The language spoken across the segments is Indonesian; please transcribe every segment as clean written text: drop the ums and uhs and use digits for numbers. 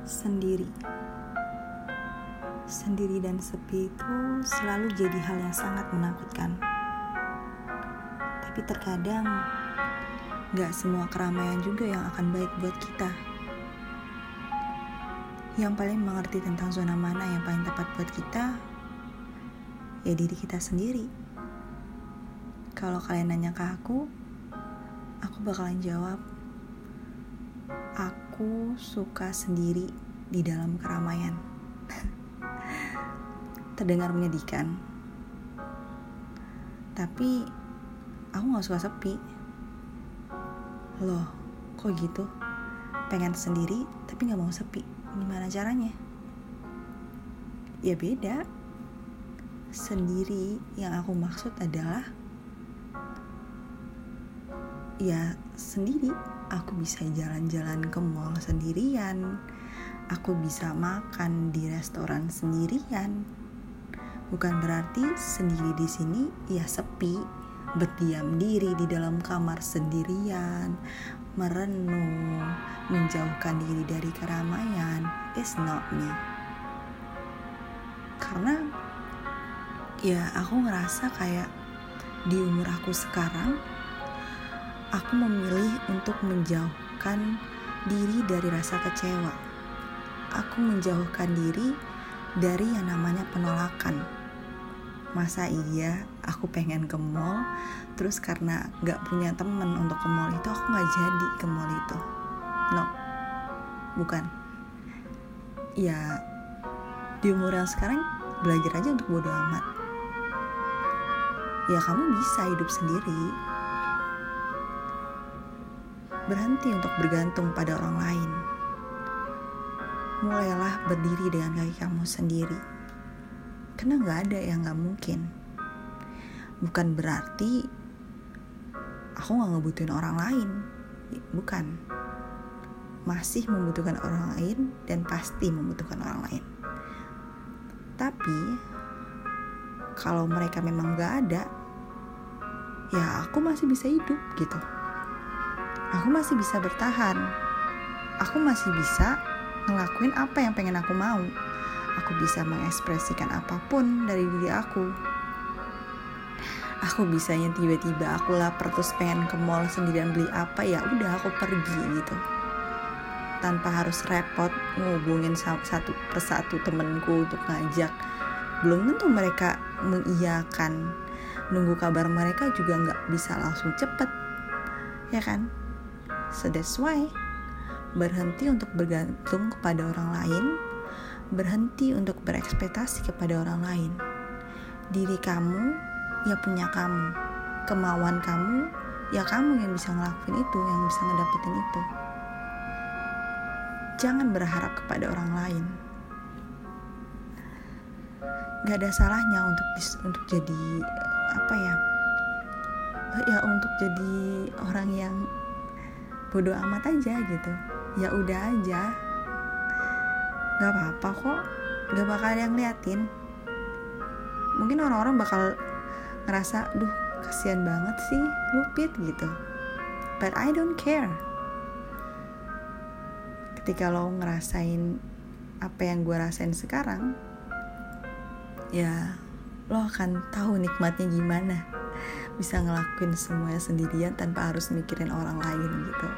Sendiri dan sepi itu selalu jadi hal yang sangat menakutkan. Tapi terkadang gak semua keramaian juga yang akan baik buat kita. Yang paling mengerti tentang zona mana yang paling tepat buat kita, ya diri kita sendiri. Kalau kalian nanya ke aku bakalan jawab, aku suka sendiri di dalam keramaian. Terdengar menyedihkan, tapi aku gak suka sepi. Loh, kok gitu? Pengen sendiri tapi gak mau sepi, gimana caranya? Ya beda. Sendiri yang aku maksud adalah ya sendiri. Aku bisa jalan-jalan ke mall sendirian, aku bisa makan di restoran sendirian. Bukan berarti sendiri di sini ya sepi, berdiam diri di dalam kamar sendirian, merenung, menjauhkan diri dari keramaian. It's not me. Karena ya aku ngerasa kayak di umur aku sekarang, aku memilih untuk menjauhkan diri dari rasa kecewa. Aku menjauhkan diri dari yang namanya penolakan. Masa iya aku pengen ke mall, terus karena gak punya temen untuk ke mall itu, aku gak jadi ke mall itu. No, bukan. Ya di umur yang sekarang belajar aja untuk bodo amat. Ya kamu bisa hidup sendiri. Berhenti untuk bergantung pada orang lain. Mulailah berdiri dengan kaki kamu sendiri. Karena gak ada yang gak mungkin. Bukan berarti aku gak ngebutuhin orang lain. Bukan. Masih membutuhkan orang lain dan pasti membutuhkan orang lain. Tapi kalau mereka memang gak ada, ya aku masih bisa hidup gitu. Aku masih bisa bertahan. Aku masih bisa ngelakuin apa yang pengen aku mau. Aku bisa mengekspresikan apapun dari diri aku. Aku bisanya tiba-tiba aku lapar terus pengen ke mall sendirian beli apa, ya udah aku pergi gitu. Tanpa harus repot ngubungin satu persatu temenku untuk ngajak. Belum tentu mereka mengiyakan. Nunggu kabar mereka juga gak bisa langsung cepet, ya kan? So that's why berhenti untuk bergantung kepada orang lain, berhenti untuk berekspektasi kepada orang lain. Diri kamu ya punya kamu, kemauan kamu ya kamu yang bisa ngelakuin itu, yang bisa ngedapetin itu. Jangan berharap kepada orang lain. Gak ada salahnya untuk jadi untuk jadi orang yang bodo amat aja gitu. Ya udah aja, gak apa-apa kok, gak bakal ada yang liatin. Mungkin orang-orang bakal ngerasa, duh kasihan banget sih Lupit gitu, but I don't care. Ketika lo ngerasain apa yang gue rasain sekarang, ya lo akan tahu nikmatnya gimana bisa ngelakuin semuanya sendirian tanpa harus mikirin orang lain gitu.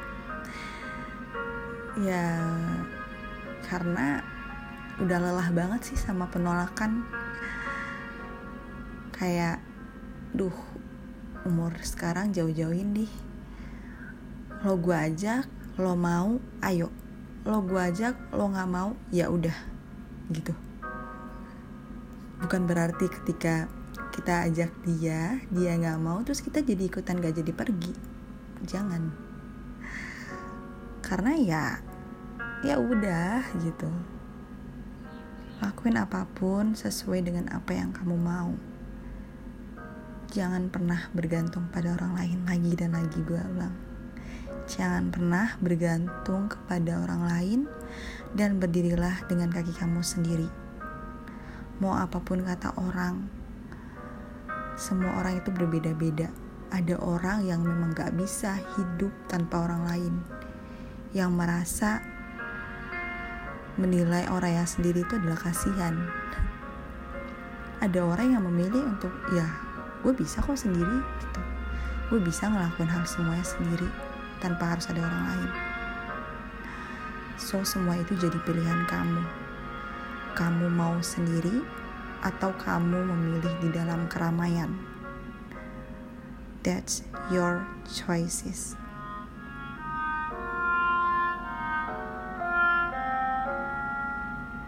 Ya karena udah lelah banget sih sama penolakan. Kayak umur sekarang jauh-jauhin deh. Lo gue ajak, lo mau, ayo. Lo gue ajak, lo gak mau, ya udah gitu. Bukan berarti ketika kita ajak dia gak mau terus kita jadi ikutan gak jadi pergi. Jangan. Karena ya udah gitu. Lakuin apapun sesuai dengan apa yang kamu mau. Jangan pernah bergantung pada orang lain lagi dan lagi, gue ulang. Jangan pernah bergantung kepada orang lain dan berdirilah dengan kaki kamu sendiri. Mau apapun kata orang, semua orang itu berbeda-beda. Ada orang yang memang gak bisa hidup tanpa orang lain, yang merasa menilai orang yang sendiri itu adalah kasihan. Ada orang yang memilih untuk ya gue bisa kok sendiri gitu, gue bisa ngelakuin hal semuanya sendiri tanpa harus ada orang lain. So semua itu jadi pilihan kamu. Kamu mau sendiri atau kamu memilih di dalam keramaian. That's your choices.